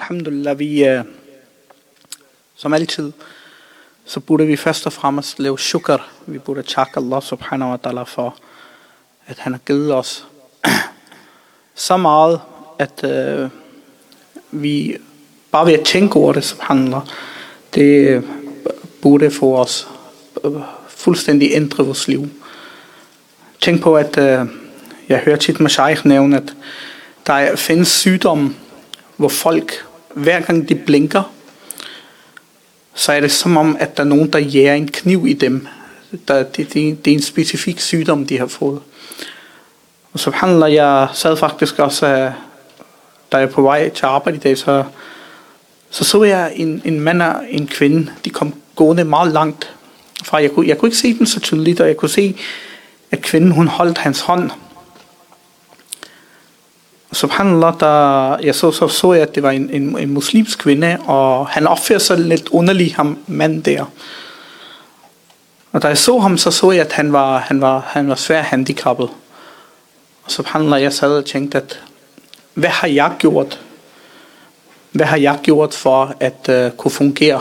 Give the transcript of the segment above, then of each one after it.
Alhamdulillah, vi som altid, så burde vi først og fremmest lave shukr. Vi burde takke Allah subhanahu wa ta'ala for, at han har givet os så meget, at vi bare ved at tænke over det, subhanallah, det burde få os fuldstændig ændre vores liv. Tænk på, at jeg hører tit mashaykh nævne, at der findes sygdomme, hvor folk, hver gang de blinker, så er det som om, at der er nogen, der jæger en kniv i dem. Det er en specifik sygdom, de har fået. Og subhanallah, jeg sad faktisk også, da jeg på vej til arbejde i dag, så jeg en mand og en kvinde, de kom gående meget langt fra. Jeg kunne ikke se dem så tydeligt, og jeg kunne se, at kvinden, hun holdt hans hånd. Subhanallah, jeg så jeg, at det var en muslimsk kvinde, og han opførte sig lidt underligt, ham mand der. Og da jeg så ham, så jeg, at han var svært handicappet. Og subhanallah, jeg sad og tænkte, at hvad har jeg gjort? Hvad har jeg gjort for at kunne fungere?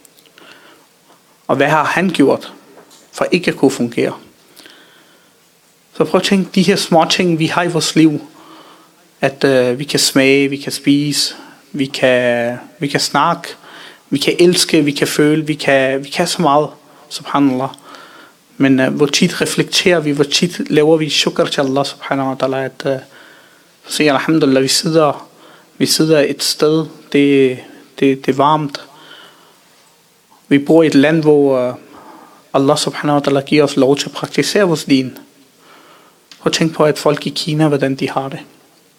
Og hvad har han gjort for ikke at kunne fungere? Så prøv at tænke de her små ting, vi har i vores liv. At vi kan smage, vi kan spise, vi kan snakke, vi kan elske, vi kan føle, vi kan så meget, subhanallah. Men hvor tit reflekterer vi, hvor tit laver vi shukr til Allah subhanahu wa ta'ala, at sige alhamdulillah, vi sidder et sted, det er varmt. Vi bor i et land, hvor Allah subhanahu wa ta'ala giver os lov til at praktisere vores din. Prøv at tænke på, at folk i Kina, hvordan de har det.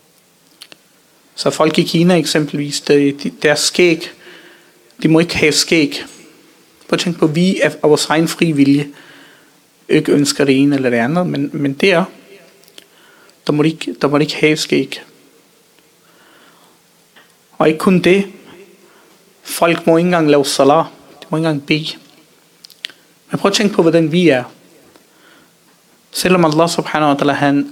Så folk i Kina eksempelvis, deres skæg, de må ikke have skæg. Prøv at tænke på, at vi af vores egen fri vilje ikke ønsker det ene eller det andet, men der må de ikke have skæg. Og ikke kun det, folk må ikke engang lave salat, de må ikke engang bede. Men prøv at tænke på, hvordan vi er. Selvom Allah subhanahu wa ta'ala, han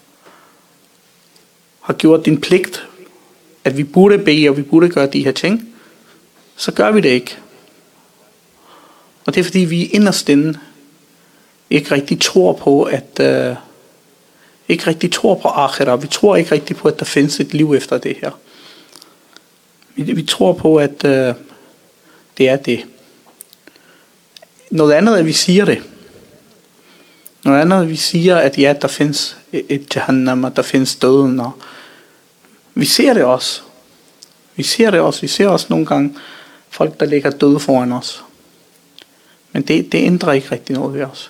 har gjort din pligt, at vi burde bede, og vi burde gøre de her ting, så gør vi det ikke. Og det er fordi, vi inderst inde ikke rigtig tror på, ikke rigtig tror på akhirah. Vi tror ikke rigtig på, at der findes et liv efter det her. Vi tror på, at det er det. Noget andet er, at vi siger det. Noget andet er, at vi siger, at ja, der findes et jahannam, og der findes døden, og vi ser det også. Vi ser også nogle gange folk, der ligger døde foran os. Men det ændrer ikke rigtig noget ved os.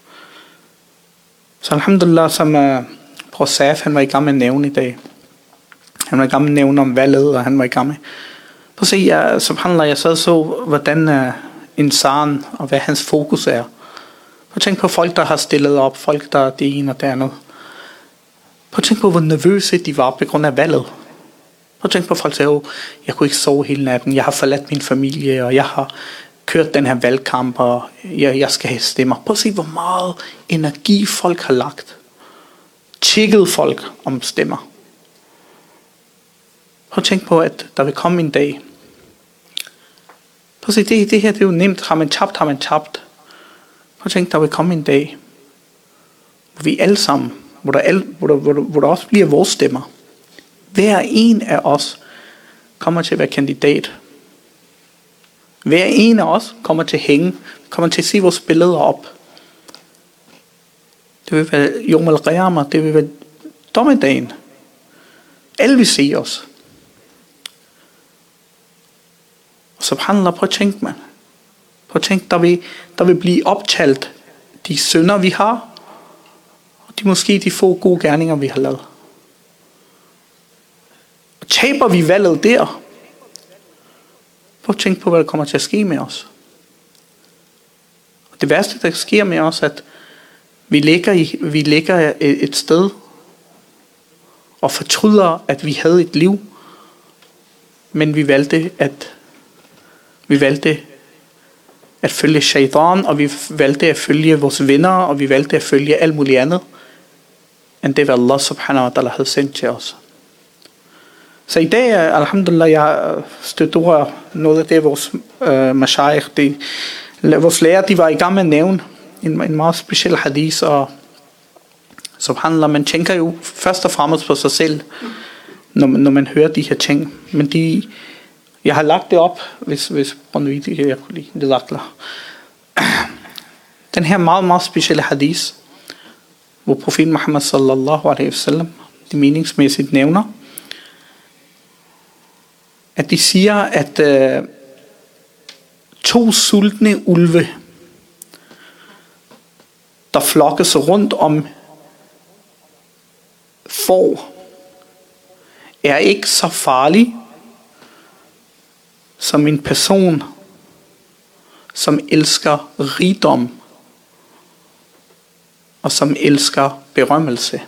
Så alhamdulillah, som Bror Saf, han var i gang med at nævne i dag. Han var i gang med at nævne om valget, og han var i gang med. Prøv at se, subhanallah, jeg sad så, hvordan insan og hvad hans fokus er. Prøv at tænke på folk, der har stillet op, folk, der er det ene og det andet. Prøv at tænke på, hvor nervøse de var på grund af valget. Prøv at tænke på, folk siger, jeg kunne ikke sove hele natten, jeg har forladt min familie, og jeg har kørt den her valgkamp, og jeg skal have stemmer. Prøv at se, hvor meget energi folk har lagt. Tjekket folk om stemmer. Prøv at tænke på, at der vil komme en dag. Prøv at se, det her det er jo nemt. Har man tabt. Prøv at tænke, der vil komme en dag, hvor vi alle sammen, hvor der også bliver vores stemmer. Hver en af os kommer til at være kandidat. Hver en af os kommer til at hænge, kommer til at se vores billeder op. Det vil være Yawm al-Qiyamah, det vil være dommedagen. Alle vil se os. Og subhanallah, prøv at tænke, man. Prøv at tænke, der vil blive optalt de synder, vi har, og de få gode gerninger, vi har lavet. Og taber vi valget der, prøv at tænke på, hvad der kommer til at ske med os. Og det værste, der sker med os, at vi ligger et sted og fortryder, at vi havde et liv, men vi valgte at følge shaitan, og vi valgte at følge vores venner, og vi valgte at følge alt muligt andet, end det, hvad Allah subhanahu wa ta'ala havde sendt til os. Så i dag, alhamdulillah, jeg støtter noget af det, vores mashaykh, vores lærer, de var i gang med at nævne en meget speciel hadith, og subhanallah, man tænker jo først og fremmest på sig selv, når man hører de her ting. Men jeg har lagt det op, hvis jeg kunne lide det lagt. Den her meget, meget specielle hadith, hvor profeten Muhammad sallallahu alaihi wasallam, det meningsmæssigt nævner, at de siger, at 2 sultne ulve, der flokker sig rundt om får, er ikke så farlig som en person, som elsker rigdom og som elsker berømmelse.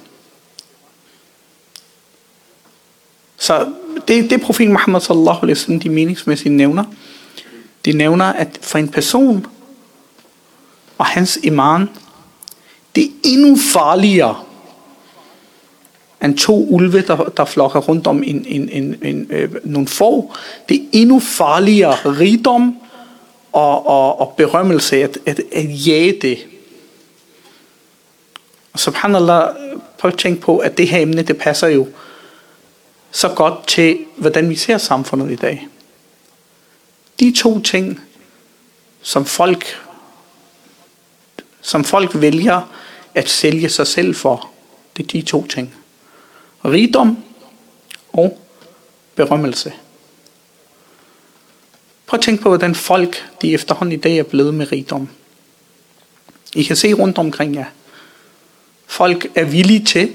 Så det profeten Muhammad sallallahu alaihi wasallam, de meningsmæssigt nævner, de nævner, at for en person og hans iman, det er endnu farligere end 2 ulve, der flokker rundt om nogle får. Det er endnu farligere rigdom og berømmelse at jage det. Og subhanallah, prøv at tænke på, at det her emne, det passer jo så godt til, hvordan vi ser samfundet i dag. De 2 ting, som folk vælger at sælge sig selv for, det er de 2 ting. Rigdom og berømmelse. Prøv at tænke på, hvordan folk, de efterhånden i dag er blevet med rigdom. I kan se rundt omkring jer. Folk er villige til.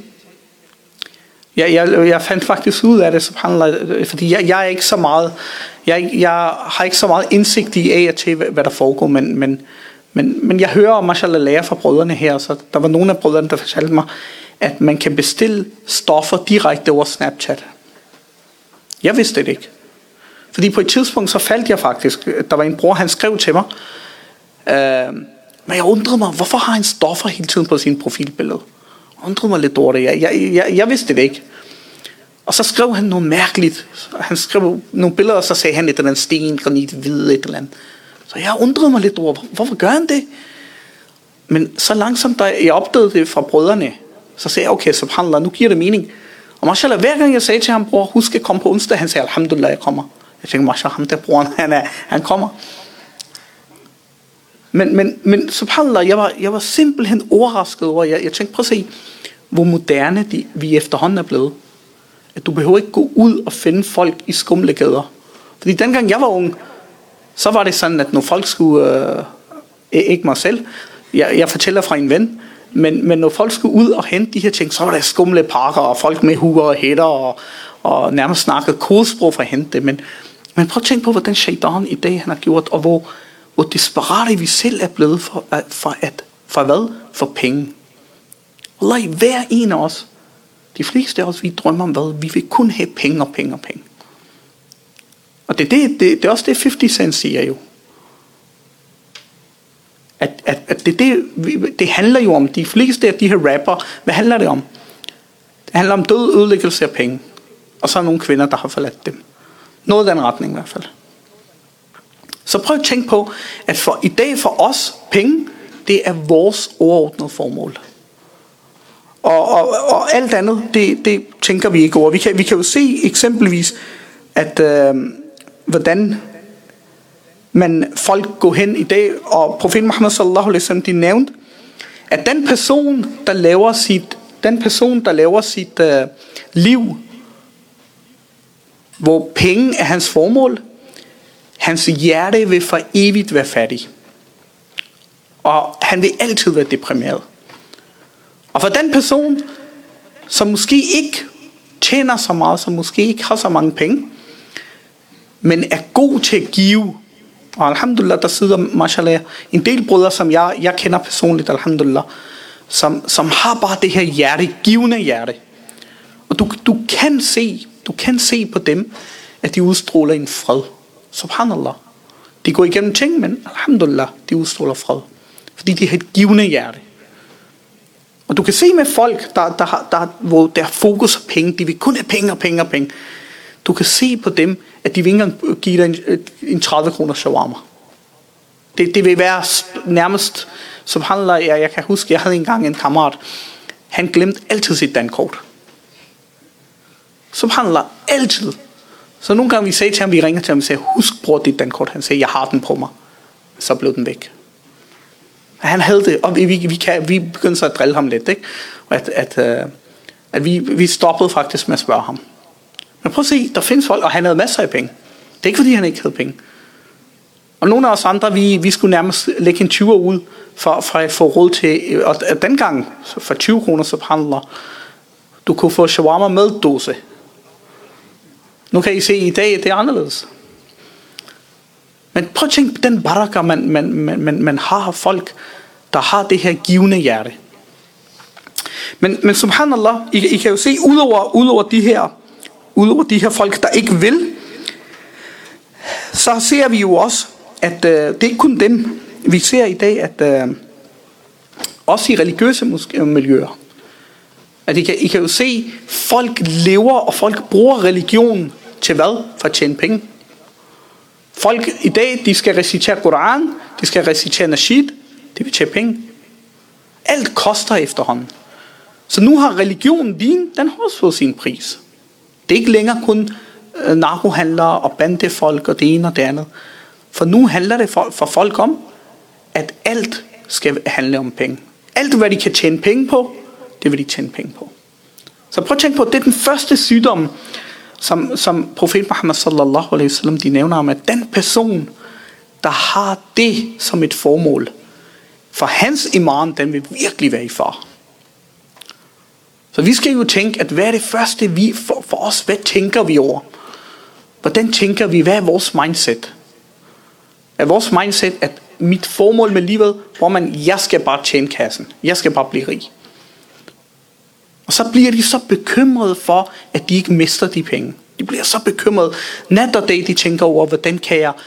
Jeg fandt faktisk ud af det, subhanallah, fordi jeg er ikke så meget, jeg har ikke så meget indsigt i af og til, hvad der foregår, men jeg hører, mashallah, lærer fra brødrene her, så der var nogle af brødrene, der fortalte mig, at man kan bestille stoffer direkte over Snapchat. Jeg vidste det ikke. Fordi på et tidspunkt, så faldt jeg faktisk, der var en bror, han skrev til mig, men jeg undrede mig, hvorfor har han stoffer hele tiden på sin profilbillede? Jeg undrede mig lidt over det. Jeg vidste det ikke. Og så skrev han noget mærkeligt. Han skrev nogle billeder, og så sagde han et eller andet sten, granit, hvide, et eller andet. Så jeg undrede mig lidt over, hvorfor gør han det? Men så langsomt, da jeg opdagede det fra brødrene, så sagde jeg, okay, subhanallah, nu giver det mening. Og mashallah, hver gang jeg sagde til ham, bror, husk at komme på onsdag, han sagde, alhamdulillah, jeg kommer. Jeg tænkte, mashallah, ham der broren, han kommer. Men subhanallah, jeg var simpelthen overrasket over, jeg tænkte, prøv at se, hvor moderne vi efterhånden er blevet. At du behøver ikke gå ud og finde folk i skumle gader. Fordi dengang jeg var ung, så var det sådan, at når folk skulle, ikke mig selv, jeg fortæller fra en ven, men når folk skulle ud og hente de her ting, så var der skumle parker og folk med huer og hætter og nærmest snakkede kodesprog for at hente det. Men prøv at tænke på, hvordan shaitan i dag han har gjort, og hvor desperate vi selv er blevet for hvad? For penge. Wallahi, hver en af os, de fleste af os, vi drømmer om hvad? Vi vil kun have penge og penge og penge. Og det er også det 50 Cent siger jo. At det handler jo om, de fleste af de her rapper, hvad handler det om? Det handler om død, ødelæggelse af penge. Og så er nogle kvinder, der har forladt dem. Noget af den retning i hvert fald. Så prøv at tænke på, at i dag for os, penge, det er vores overordnede formål. Og alt andet, det tænker vi ikke over. Vi kan jo se eksempelvis, at hvordan folk går hen i dag, og profeten Muhammad sallallahu alaihi wasallam, de nævnte, at den person, der laver sit liv, hvor penge er hans formål, hans hjerte vil for evigt være fattig. Og han vil altid være deprimeret. Og for den person, som måske ikke tjener så meget, som måske ikke har så mange penge, men er god til at give, og alhamdulillah, der sidder, mashallah, en del brødre, som jeg kender personligt, alhamdulillah, som har bare det her hjerte, givende hjerte. Og du kan se på dem, at de udstråler en fred. Subhanallah. De går igennem ting, men alhamdulillah, de udstråler fred. Fordi de har et givende hjerte. Og du kan se med folk, hvor der fokus på penge, de vil kun have penge og penge og penge. du kan se på dem, at de vil ikke engang give dig en 30 kroner shawarma. Det vil være nærmest, subhanallah, jeg kan huske, jeg havde engang en kammerat, han glemte altid sit dankort. Subhanallah, altid. Så nogle gange vi sagde til ham, vi ringer til ham og sagde, husk bror dit dankort. Han sagde, jeg har den på mig. Så blev den væk. Han havde det, og vi begyndte så at drille ham lidt, ikke? Og at vi stoppede faktisk med at spørge ham. Men prøv at se, der findes folk, og han havde masser af penge. Det er ikke fordi han ikke havde penge. Og nogle af os andre, vi skulle nærmest lægge en 20'er ud, for at få råd til, og dengang, for 20 kroner, subhanallah, du kunne få shawarma med dåse. Nu kan I se, i dag det er anderledes. Men prøv at tænke på den baraka, man har folk, der har det her givende hjerte. Men subhanallah, I kan jo se, udover de her folk, der ikke vil, så ser vi jo også, at det er ikke kun dem. Vi ser i dag, at også i religiøse miljøer, at I kan jo se, folk lever, og folk bruger religion til hvad? For at tjene penge. Folk i dag, de skal recitere Koran, de skal recitere Nashid, de vil tjene penge. Alt koster efterhånden. Så nu har religionen den har også fået sin pris. Det er ikke længere kun narkohandlere og bandefolk og det ene og det andet. For nu handler det for folk om, at alt skal handle om penge. Alt hvad de kan tjene penge på, det vil de tjene penge på. Så prøv at tænke på, at det er den første sygdom, som profet Muhammad sallallahu alaihi wasallam, de nævner om, at den person, der har det som et formål, for hans iman, den vil virkelig være i fare. Så vi skal jo tænke, at hvad er det første vi for os, hvad tænker vi over? Hvordan tænker vi, hvad er vores mindset? Er vores mindset, at mit formål med livet, jeg skal bare tjene kassen, jeg skal bare blive rig. Og så bliver de så bekymrede for, at de ikke mister de penge. De bliver så bekymrede nat og dag, de tænker over, hvordan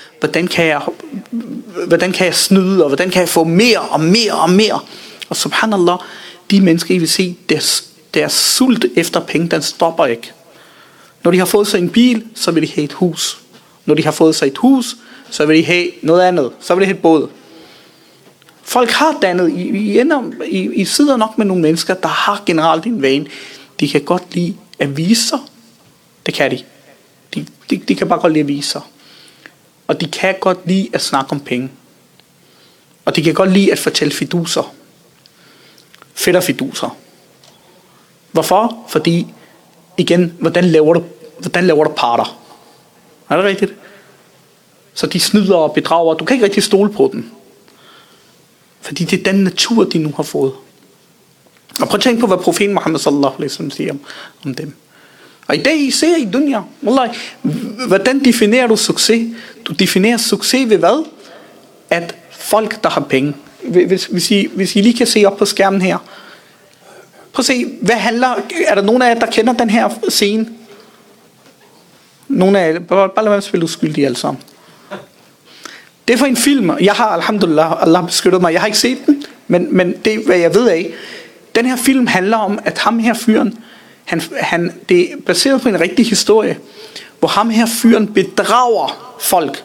kan jeg snyde, og hvordan kan jeg få mere og mere og mere. Og subhanallah, de mennesker, I vil se, deres sult efter penge, den stopper ikke. Når de har fået sig en bil, så vil de have et hus. Når de har fået sig et hus, så vil de have noget andet. Så vil de have et båd. Folk har dannet, I sidder nok med nogle mennesker, der har generelt en vane. De kan godt lide at vise sig. Det kan de. De kan bare godt lide at vise sig. Og de kan godt lide at snakke om penge. Og de kan godt lide at fortælle fiduser. Fætterfiduser. Hvorfor? Fordi, igen, hvordan laver du parter? Er det rigtigt? Så de snyder og bedrager. Du kan ikke rigtig stole på dem. Fordi det er den natur, de nu har fået. Og prøv at tænke på, hvad profeten Muhammad sallallahu alaihi wasallam siger om dem. Og i dag I ser i dunya, wallahi, hvordan definerer du succes? Du definerer succes ved hvad? At folk, der har penge. Hvis I lige kan se op på skærmen her. Prøv at se, er der nogen af jer, der kender den her scene? Nogle af jer, bare lad være at spille uskyldige alle sammen. Det er for en film. Jeg har, alhamdulillah, Allah beskyttet mig. Jeg har ikke set den, men det er, hvad jeg ved af. Den her film handler om, at ham her fyren, det er baseret på en rigtig historie, hvor ham her fyren bedrager folk.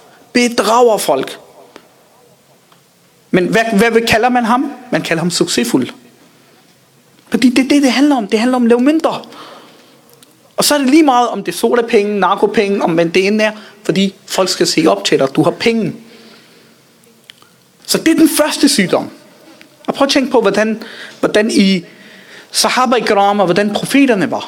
Men hvad kalder man ham? Man kalder ham succesfuld. Fordi det er det handler om. Det handler om at lave mindre. Og så er det lige meget, om det er sodapenge, narkopenge, om det ene er, fordi folk skal se op til dig, du har penge. Så det er den første sygdom. Og prøv at tænke på, hvordan i sahaba ikram, og hvordan profeterne var.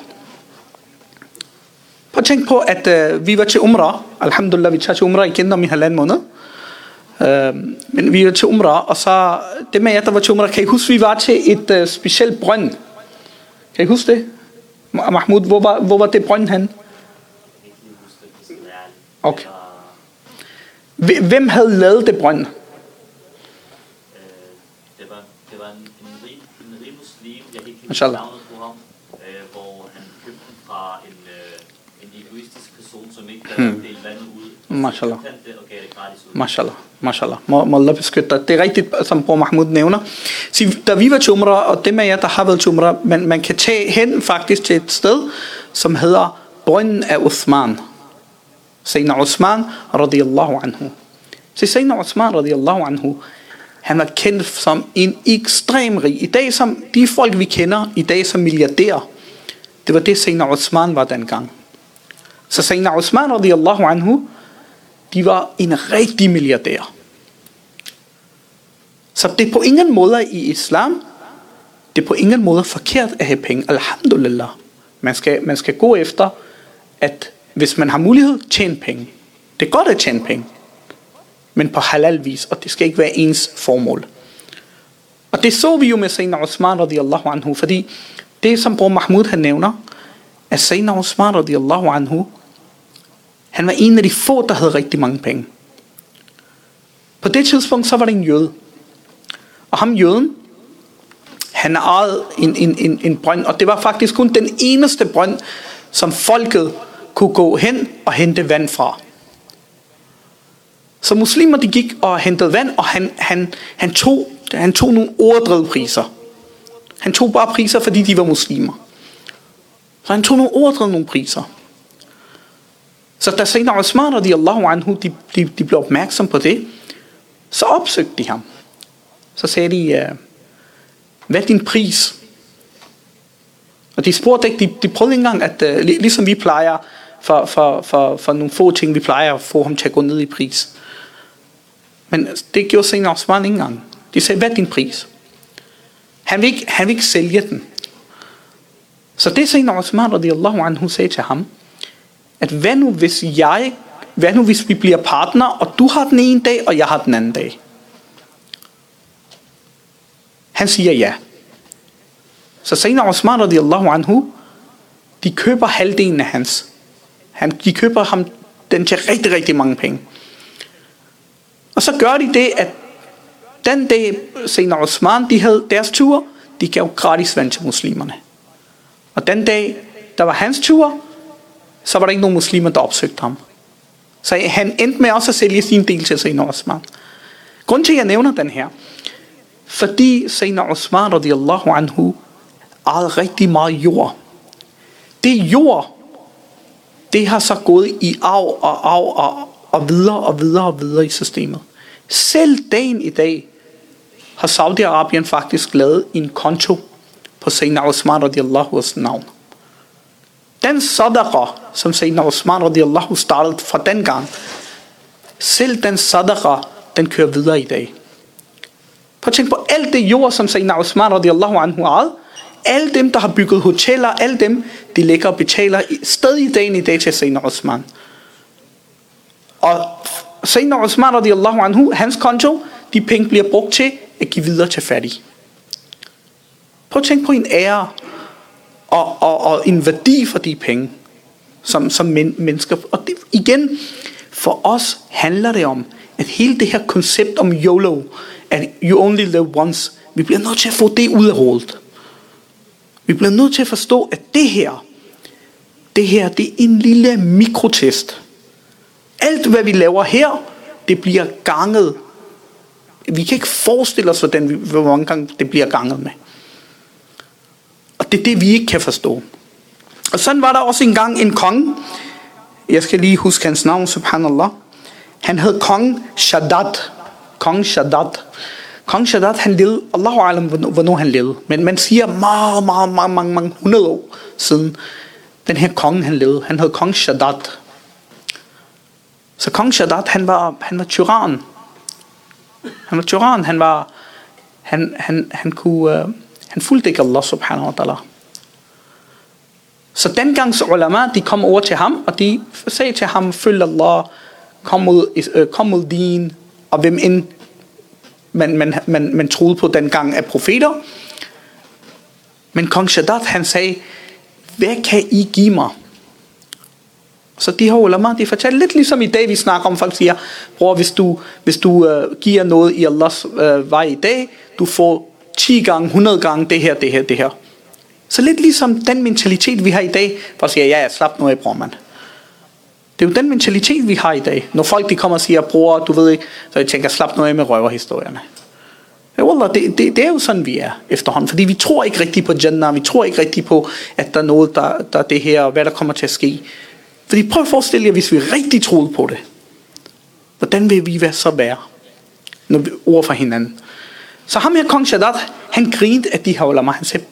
Prøv at tænke på, at vi var til umrah. Alhamdulillah, vi tager til umrah igen om i 1,5 måned. Men vi var til umrah, og så det med jer, der var til umrah, kan I huske, vi var til et specielt brønd? Kan I huske det? Mahmoud, hvor var det brønd hen? Okay. Hvem havde lavet det brønd? Det var en rig muslim, jeg ikke kan Mashallah. navnet på ham, hvor han købte den fra en egoistisk person, som ikke havde delt vandet ud. Mashallah. Og gav det gratis ud. Mashallah. Må Allah beskytte dig. Det er rigtigt, som bror Mahmoud nævner. Så, da vi var til umrah, og det med jer, der har været til umrah, man kan tage hen faktisk til et sted, som hedder brønden af Uthman. Sayyidina Uthman radiyallahu anhu. Så Sayyidina Uthman radiyallahu anhu, han var kendt som en ekstrem rig. I dag som de folk vi kender i dag som milliardærer, det var det Sayyidina Uthman var dengang. Så Sayyidina Uthman radiyallahu anhu, de var en rigtig milliardær. Så det er på ingen måde i islam, det er på ingen måde forkert at have penge. Alhamdulillah. Man skal gå efter, at hvis man har mulighed, tjene penge. Det er godt at tjene penge, men på halal vis, og det skal ikke være ens formål. Og det så vi jo med Sayyidina Uthman radiyallahu anhu, fordi det som bror Mahmoud han nævner, at Sayyidina Uthman radiyallahu anhu, han var en af de få, der havde rigtig mange penge. På det tidspunkt, så var det en jøde. Og ham jøden, han ejede en brønd, og det var faktisk kun den eneste brønd, som folket kunne gå hen og hente vand fra. Så muslimer de gik og hentede vand, og han tog nogle overdrevet priser. Han tog bare priser, fordi de var muslimer. Så han tog nogle overdrevet priser. Så da Sayyidina Uthman radiyallahu anhu, de blev opmærksom på det, så opsøgte de ham. Så sagde de, hvad er din pris? Og de spurgte ikke, de prøvede ikke engang, at ligesom vi plejer, for nogle få ting, vi plejer at få ham til at gå ned i pris. Men det gjorde Sayyidina Uthman ikke engang. De sagde, hvad er din pris? Han vil ikke sælge den. Så det Sayyidina Uthman radiyallahu anhu sagde til ham, at hvad nu hvis vi bliver partner, og du har den ene dag, og jeg har den anden dag? Han siger ja. Så Sayyidina Uthman radiyallahu anhu, de køber halvdelen af hans. De køber ham den til rigtig, rigtig mange penge. Og så gør de det, at den dag Sayyidina Uthman, de havde deres tur, de gav gratis vand til muslimerne. Og den dag, der var hans tur, så var der ikke nogen muslimer, der opsøgte ham. Så han endte med også at sælge sin del til Sayyidina Uthman. Grunden til, at jeg nævner den her, fordi Sayyidina Uthman radiyallahu anhu ejede rigtig meget jord. Det jord, det har så gået i arv og videre i systemet. Selv dagen i dag har Saudi-Arabien faktisk lavet en konto på Sayyidina Uthman radiyallahu anhus navn. Den sadaqa, som Sayyidina Uthman radiyallahu startede fra den gang, selv den sadaqa, den kører videre i dag. Prøv at tænke på alt det jord, som Sayyidina Uthman radiyallahu anhu ejede. Alle dem, der har bygget hoteller, alle dem, de ligger og betaler stadig dagen i dag til Sayyidina Uthman. Og Sayyidina Uthman radiyallahu anhu, hans konto, de penge bliver brugt til at give videre til fattige. Prøv at tænke på en ære og en værdi for de penge, som mennesker. Og det, igen, for os handler det om, at hele det her koncept om YOLO, at you only live once, vi bliver nødt til at få det ud af hovedet. Vi bliver nødt til at forstå, at det her, det er en lille mikrotest. Alt hvad vi laver her, det bliver ganget. Vi kan ikke forestille os, hvor mange gange det bliver ganget med. Og det er det, vi ikke kan forstå. Og sådan var der også engang en konge. Jeg skal lige huske hans navn, subhanallah. Han hed kong Shaddad. Kong Shaddad. Kong Shaddad, han levede, Allahu alam, hvornår han levede. Men man siger mange 100 år siden, den her konge han levede. Han hed kong Shaddad. Så kong Shaddad, han var tyran. Han var tyran. Han fulgte ikke Allah subhanahu wa ta'ala. Så dengangs ulama, de kom over til ham, og de sagde til ham, følg Allah, kom mod din, og hvem end man troede på dengang af profeter. Men kong Shaddad, han sagde, hvad kan I give mig? Så de her ulama, de fortalte lidt ligesom i dag, vi snakker om, folk siger, bror, hvis du giver noget i Allahs vej i dag, du får 10 gange, 100 gange det her. Så lidt ligesom den mentalitet, vi har i dag, for at sige, ja, slap nu af, bror, mand. Det er jo den mentalitet, vi har i dag. Når folk de kommer og siger, bror, du ved ikke, så jeg tænker, slap nu af med røverhistorierne. Ja, wallah, det er jo sådan, vi er efterhånden. Fordi vi tror ikke rigtigt på Jannah. Vi tror ikke rigtigt på, at der er noget, der er det her, og hvad der kommer til at ske. Fordi prøv at forestille jer, hvis vi rigtig troede på det. Hvordan vil vi så være? Når vi over for hinanden. Så ham her, Kong Shaddad, han grinte af de her ulama. Han sagde,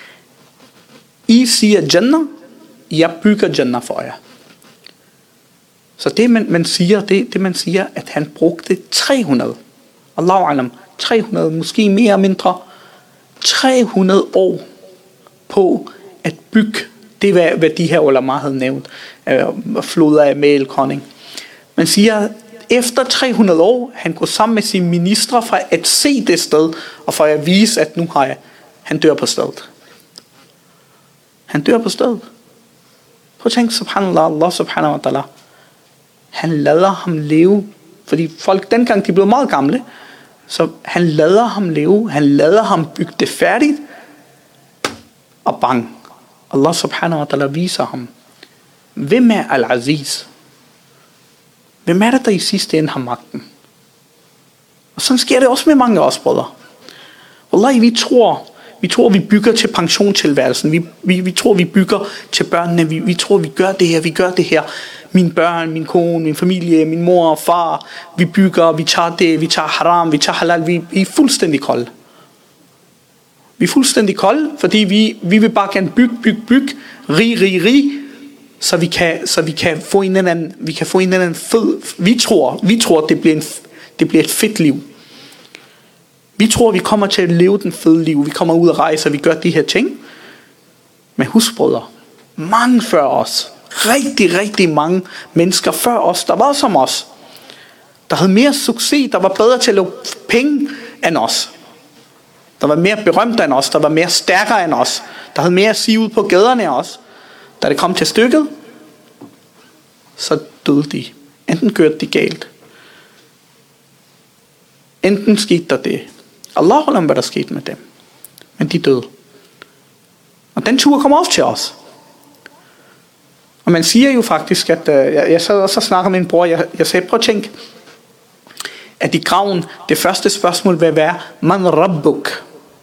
I siger Jannah, jeg bygger Jannah for jer. Så det man siger, det man siger, at han brugte 300. Allahu alam, 300, måske mere eller mindre, 300 år på at bygge det, hvad de her ulama havde nævnt, floder af mælkhonning. Man siger, efter 300 år, han går sammen med sine ministre for at se det sted, og for at vise, at nu har han dør på stedet. Han dør på stedet. Prøv at tænke, subhanallah, Allah subhanahu wa ta'ala, han lader ham leve, fordi folk dengang, de blev meget gamle, så han lader ham leve, han lader ham bygge det færdigt, og bang. Allah subhanahu wa ta'ala viser ham, hvem er Al-Aziz? Hvem er det, der i sidste ende har magten? Og sådan sker det også med mange af os, brødre. Wallahi, vi tror, vi bygger til pensiontilværelsen. Vi tror, vi bygger til børnene. Vi tror, vi gør det her. Mine børn, min kone, min familie, min mor og far. Vi bygger, vi tager det, vi tager haram, vi tager halal. Vi er fuldstændig kolde. Vi er fuldstændig kolde, fordi vi vil bare gerne bygge, rig, så vi kan få en eller anden fed. Vi tror det bliver et fedt liv. Vi tror, vi kommer til at leve den fede liv. Vi kommer ud og rejse, og vi gør de her ting. Men husk, brødre, mange før os, rigtig mange mennesker før os, der var som os, der havde mere succes, der var bedre til at lave penge end os, der var mere berømt end os, der var mere stærkere end os, der havde mere at sige ud på gaderne end os. Da det kom til stykket, så døde de. Enten kørte de galt, enten skete der det. Allah holder om, hvad der skete med dem. Men de døde. Og den tur kommer også til os. Og man siger jo faktisk, at jeg sad også og snakkede med min bror, jeg sagde, prøv at tænke, at i graven, det første spørgsmål vil være, Man Rabbuk.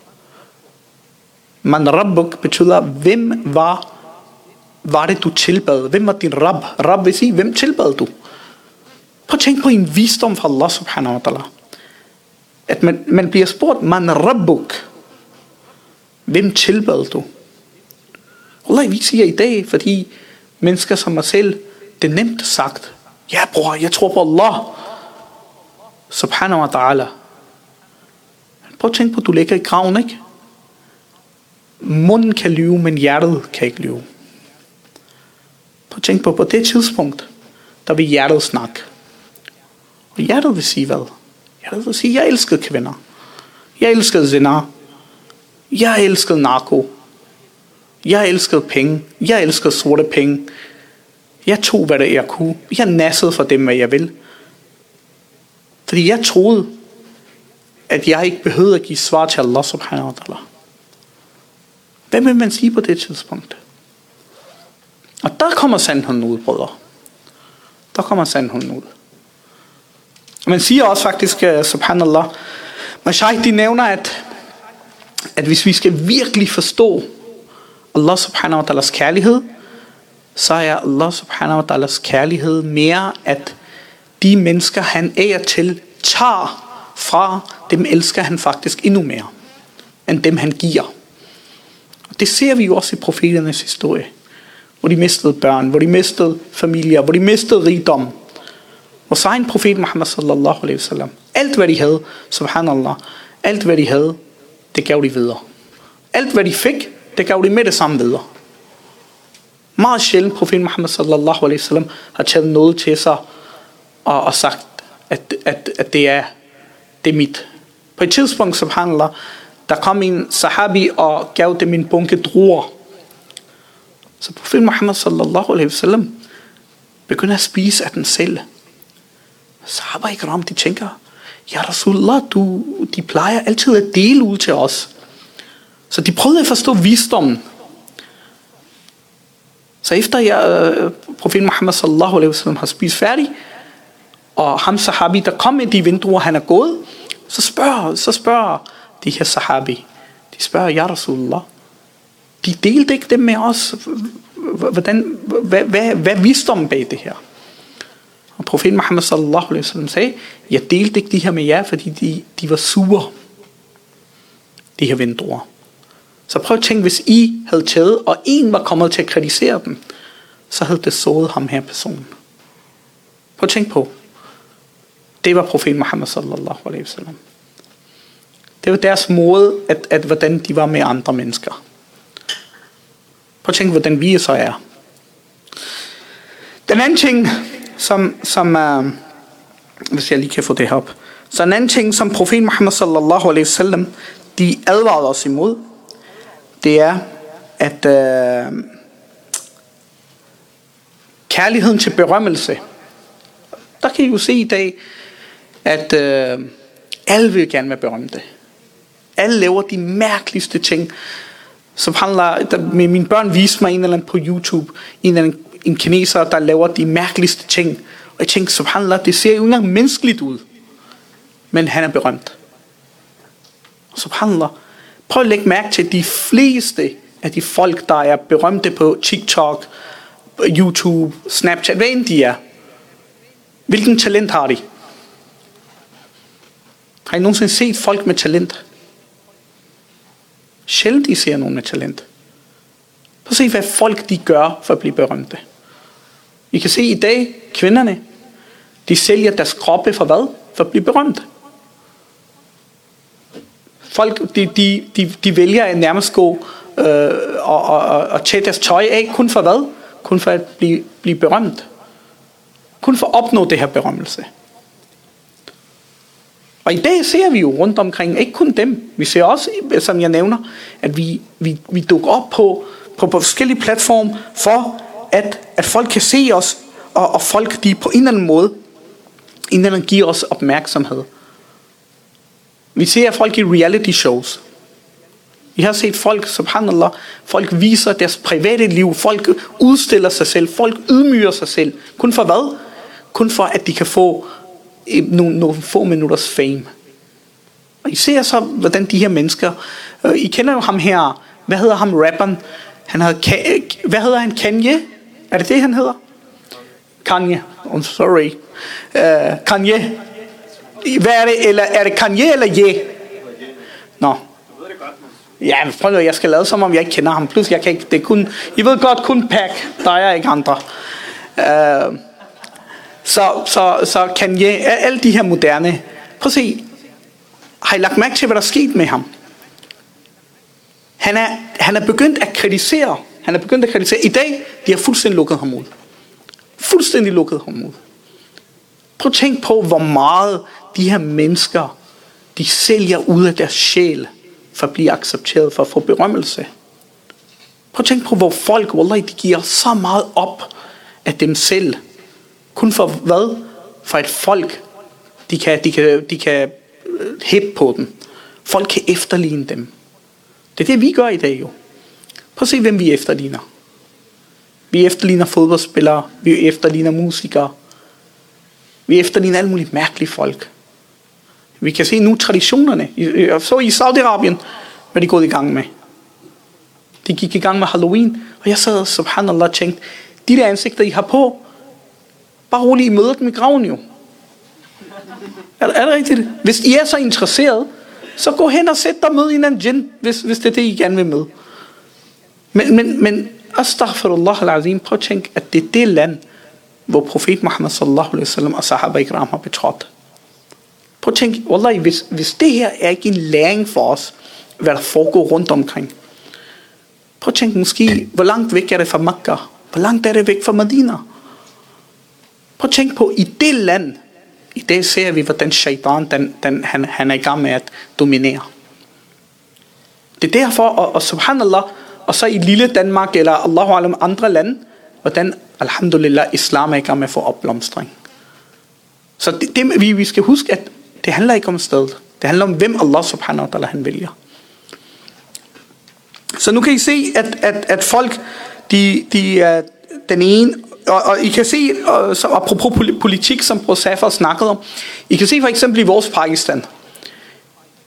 Man Rabbuk betyder, hvem var det, du tilbad? Hvem var din Rabb? Rabb vil sige, hvem tilbad du? Prøv at tænke på en visdom fra Allah subhanahu wa ta'ala. At man bliver spurgt, Man Rabbuk. Hvem tilbad du? Allah, vi siger i dag, fordi mennesker som mig selv, det er nemt sagt. Ja, bror, jeg tror på Allah. Subhanahu wa ta'ala. Prøv at tænke på, at du ligger i graven, ikke? Munden kan lyve, men hjertet kan ikke lyve. Prøv at tænke på det tidspunkt, der vil hjertet snakke. Og hjertet vil sige hvad? Hjertet vil sige, jeg elskede kvinder. Jeg elskede zina. Jeg elskede narko. Jeg elskede penge. Jeg elskede sorte penge. Jeg tog, hvad jeg kunne. Jeg nassede for dem, hvad jeg vil. Fordi jeg troede, at jeg ikke behøvede at give svar til Allah subhanahu wa ta'ala. Hvad vil man sige på det tidspunkt? Og der kommer sandheden ud, brødre. Der kommer sandheden ud. Og man siger også faktisk, subhanallah, Mashaykh, de nævner, at hvis vi skal virkelig forstå Allah subhanahu wa ta'alas kærlighed, så er Allah subhanahu wa ta'alas kærlighed mere, at de mennesker, han er til, tager fra, dem elsker han faktisk endnu mere, end dem han giver. Og det ser vi jo også i profeternes historie, hvor de mistede børn, hvor de mistede familier, hvor de mistede rigdom. Og så en profet Muhammad sallallahu alaihi wasallam, alt hvad de havde, subhanallah, alt hvad de havde, det gav de videre. Alt hvad de fik, det gav de med det samme videre. Meget sjældent profet Muhammad sallallahu alaihi wasallam har taget noget til sig og sagt, at det er mit. På et tidspunkt, subhanallah, der kom en sahabi og gav dem en bunke druer. Så profet Muhammad sallallahu alaihi wasallam begynder at spise af den selv. Sahaba ikram, de tænker, ja Rasulullah, de plejer altid at dele ud til os. Så de prøvede at forstå visdommen. Så efter profet Muhammad sallallahu alaihi wasallam har spist færdig, og ham sahabi, der kom med de vinduer, han er gået, Så spørger de her sahabi, de spørger, ja Rasulullah, de delte ikke dem med os. Hvad visdom bag det her? Og profeten Muhammad sallallahu alaihi wasallam sagde, jeg delte ikke de her med jer, fordi de var sure, de her vendorer. Så prøv at tænke, hvis I havde taget, og en var kommet til at kritisere dem, så havde det såret ham her personen. Prøv at tænke på. Det var profeten Muhammad sallallahu alaihi wasallam. Det var deres måde, at hvordan de var med andre mennesker. Prøv at tænke, hvordan vi så er. Den anden ting, som hvis jeg lige kan få det her op. Så en anden ting, som profeten Muhammad sallallahu alaihi wasallam, de advarede os imod, det er, at kærligheden til berømmelse. Der kan I jo se i dag, at alle vil gerne være berømte. Alle laver de mærkeligste ting. Mine børn viste mig en eller anden på YouTube, en kineser, der laver de mærkeligste ting. Og jeg tænkte, subhanallah, det ser jo ikke engang menneskeligt ud. Men han er berømt. Subhanallah. Prøv at lægge mærke til, de fleste af de folk, der er berømte på TikTok, YouTube, Snapchat, hvad end de er. Hvilken talent har de? Har I nogensinde set folk med talent? Sjældent I ser nogen med talent. Prøv at se, hvad folk de gør for at blive berømte. I kan se i dag, kvinderne, de sælger deres kroppe for hvad? For at blive berømte. Folk, de vælger at nærmest gå og tage deres tøj af, kun for hvad? Kun for at blive berømt. Kun for at opnå det her berømmelse. Og i dag ser vi jo rundt omkring, ikke kun dem, vi ser også, som jeg nævner, at vi dukker op på forskellige platforme, for at folk kan se os, og folk de på en eller anden måde, giver os opmærksomhed. Vi ser folk i reality shows. Vi har set folk, subhanallah, folk viser deres private liv, folk udstiller sig selv, folk ydmyger sig selv. Kun for hvad? Kun for at de kan få nogle få minutters fame. Og I ser så, hvordan de her mennesker, I kender jo ham her, hvad hedder ham rapperen? Hvad hedder han? Kanye? Er det han hedder? Kanye. I'm sorry. Kanye. Hvad er det? Eller er det Kanye eller Ye? Nå. Ja, prøv at jeg skal lade som om jeg ikke kender ham. Plus jeg kan ikke. Det er kun. I ved godt kun Pac. Der er ikke andre. Så Kanye, alle de her moderne. Prøv at se. Har I lagt mærke til, hvad der er sket med ham? Han er begyndt at kritisere. I dag, de har fuldstændig lukket ham ud. Prøv at tænke på, hvor meget de her mennesker, de sælger ud af deres sjæl, for at blive accepteret, for at få berømmelse. Prøv at tænke på, hvor folk, wallahi, de giver så meget op af dem selv. Kun for hvad? For at folk, de kan hæppe på dem. Folk kan efterligne dem. Det er det, vi gør i dag jo. Prøv at se, hvem vi efterligner. Vi efterligner fodboldspillere. Vi efterligner musikere. Vi efterligner alle mulige mærkelige folk. Vi kan se nu traditionerne. Så i Saudi-Arabien, hvad de gået i gang med. De gik i gang med Halloween. Og jeg sad, subhanallah, og tænkte, de der ansigter, I har på, bare roligt, I møder dem i graven jo. Er det rigtigt? Hvis I er så interesseret, så gå hen og sæt dig med i en djinn, hvis det er det, I gerne vil med. Men astaghfirullah al-azim, prøv at tænke, at det er det land, hvor profet Muhammad sallallahu alaihi wasallam og sahaba ikram har betrådt. Prøv at tænke, wallahi, hvis det her er ikke en læring for os, hvad der foregår rundt omkring. Prøv at tænke måske, hvor langt væk er det fra Makkah? Hvor langt er det væk fra Medina? Prøv at tænke på, i det land, i dag ser vi, hvordan shaitan, han er i gang med at dominere. Det er derfor, og subhanallah, og så i lille Danmark, eller Allahu alam andre lande, hvordan, alhamdulillah, islam er i gang med at få opblomstring. Så vi skal huske, at det handler ikke om stedet. Det handler om, hvem Allah subhanahu wa ta'ala han vælger. Så nu kan I se, at folk, den ene, og I kan se, så apropos politik, som Bror Safar snakkede om, I kan se for eksempel i vores Pakistan.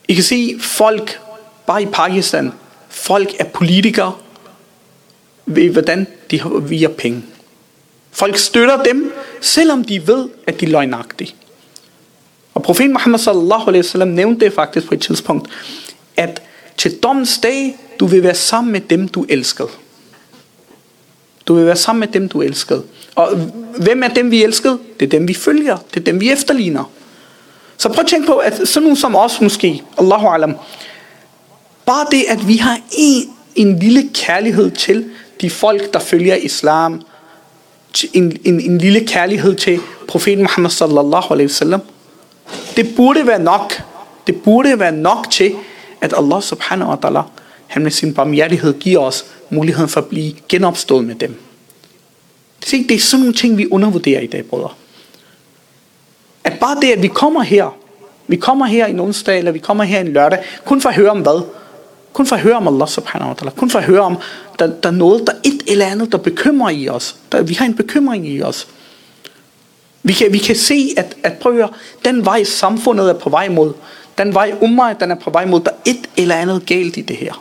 I kan se folk, bare i Pakistan, folk er politikere, ved hvordan de har via penge. Folk støtter dem, selvom de ved, at de er løgnagtige. Og profeten Muhammad sallallahu alaihi wasallam nævnte det faktisk på et tidspunkt, at til dommens dag, du vil være sammen med dem, du elskede. Du vil være sammen med dem, du elskede. Og hvem er dem, vi elskede? Det er dem, vi følger. Det er dem, vi efterligner. Så prøv at tænke på, at sådan nogen som os måske, Allahu alam, bare det, at vi har en lille kærlighed til de folk, der følger islam, en lille kærlighed til profeten Muhammad sallallahu alaihi wasallam, det burde være nok. Det burde være nok til, at Allah subhanahu wa ta'ala, han med sin barmhjertighed giver os muligheden for at blive genopstået med dem. Det er sådan nogle ting, vi undervurderer i dag, brødre. At bare det, at vi kommer her i en onsdag, eller vi kommer her en lørdag, kun for at høre om hvad? Kun for at høre om Allah subhanahu wa ta'ala. Kun for at høre om, der er noget, der et eller andet, der bekymrer i os. Vi har en bekymring i os. Vi kan se, at prøv at høre, den vej samfundet er på vej mod, den vej den er på vej mod, der er et eller andet galt i det her.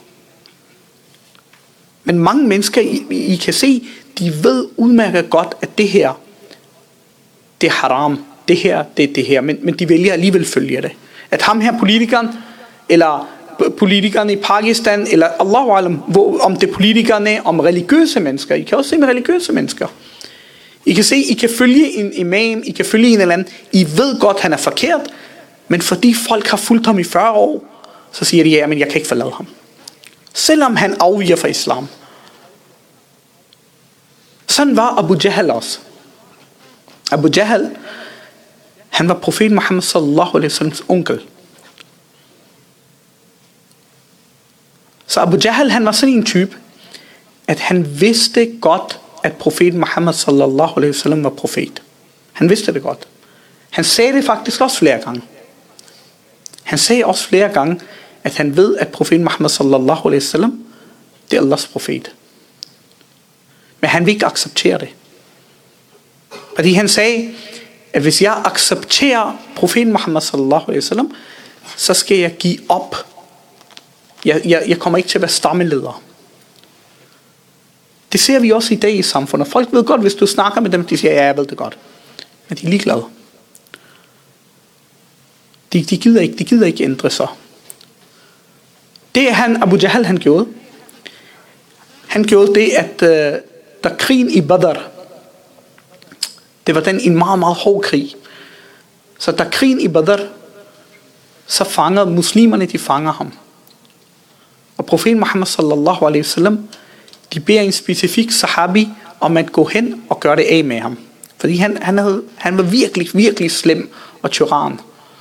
Men mange mennesker, I kan se, de ved udmærket godt, at det her, det er haram. Det her, det er det her. Men de vælger alligevel følge det. At ham her politikeren, eller politikerne i Pakistan, eller Allahu alam, om det er politikerne, om religiøse mennesker. I kan også se med religiøse mennesker. I kan se, I kan følge en imam, I kan følge en eller anden. I ved godt, han er forkert, men fordi folk har fulgt ham i 40 år, så siger de, ja, men jeg kan ikke forlade ham. Selvom han afviger fra islam. Sådan var Abu Jahl også. Abu Jahl, han var profeten Muhammad sallallahu alaihi wasallams onkel. Så Abu Jahl, han var sådan en type, at han vidste godt, at profeten Muhammad sallallahu alaihi wasallam var profet. Han vidste det godt. Han sagde det faktisk også flere gange. Han sagde også flere gange, at han ved, at profeten Muhammad sallallahu alaihi wasallam, det er Allahs profet. Men han vil ikke acceptere det. Fordi han sagde, at hvis jeg accepterer profeten Muhammad sallallahu alaihi wasallam, så skal jeg give op. Jeg kommer ikke til at være stammeleder. Det ser vi også i dag i samfundet. Folk ved godt, hvis du snakker med dem, de siger, ja, jeg ved det godt. Men de er ligeglade. De gider ikke ændre sig. Det Abu Jahl, han gjorde. Han gjorde det, at da krigen i Badr, det var en meget, meget hård krig. Så da krigen i Badr, så fanger muslimerne, de fanger ham. Og profeten Muhammad sallallahu alaihi wasallam, de beder en specifik sahabi om at gå hen og gøre det af med ham. Fordi han var virkelig, virkelig slem og tyran.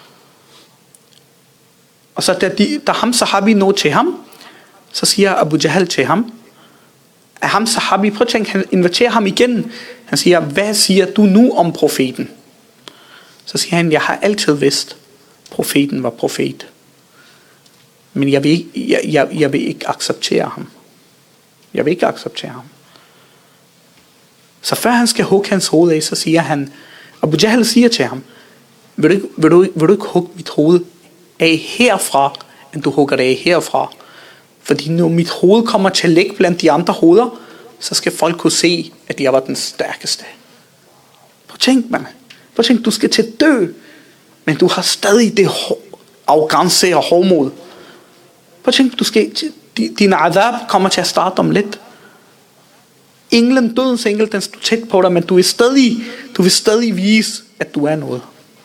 Og så da ham sahabi når til ham, så siger Abu Jahl til ham, at ham sahabi, prøv at tænke, han inviterer ham igen. Han siger, hvad siger du nu om profeten? Så siger han, jeg har altid vidst, profeten var profet. Men jeg vil ikke acceptere ham. Jeg vil ikke acceptere ham. Så før han skal hugge hans hoved af, så siger han, Abu Jahl siger til ham, vil du ikke hugge mit hoved af herfra, end du hugger det af herfra? Fordi når mit hoved kommer til at ligge blandt de andre hoveder, så skal folk kunne se, at jeg var den stærkeste. Prøv at tænk, du skal til at dø, men du har stadig det arrogance og hårdmod. Prøv at tænk, din adab kommer til at starte om lidt. Dødens engel, den står tæt på dig, men du vil stadig vise, at du er noget.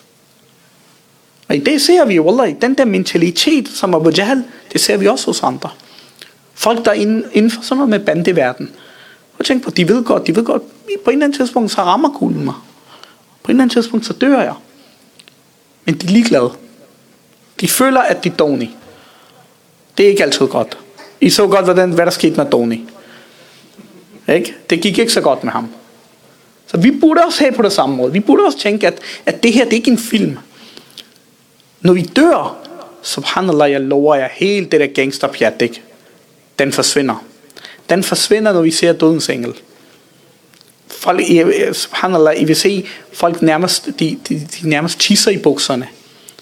Og i det ser vi jo, wallah, den der mentalitet, som Abu Jahl, det ser vi også hos andre. Folk, der er inden for sådan noget med bandeverden. Prøv at tænke på, de ved godt, på en eller anden tidspunkt, så rammer kuglen mig. På en eller anden tidspunkt, så dør jeg. Men de er ligeglade. De føler, at de er dårlige. Det er ikke altid godt. I så godt, hvad der skete med Donnie. Ikke? Det gik ikke så godt med ham. Så vi burde også have på det samme måde. Vi burde også tænke, at det her, det er ikke en film. Når vi dør, subhanallah, jeg lover jer, helt det der gangsterpjat, ikke? Den forsvinder. Den forsvinder, når vi ser dødens engel. Folk, subhanallah, I vil se, folk nærmest, de nærmest tisser i bukserne.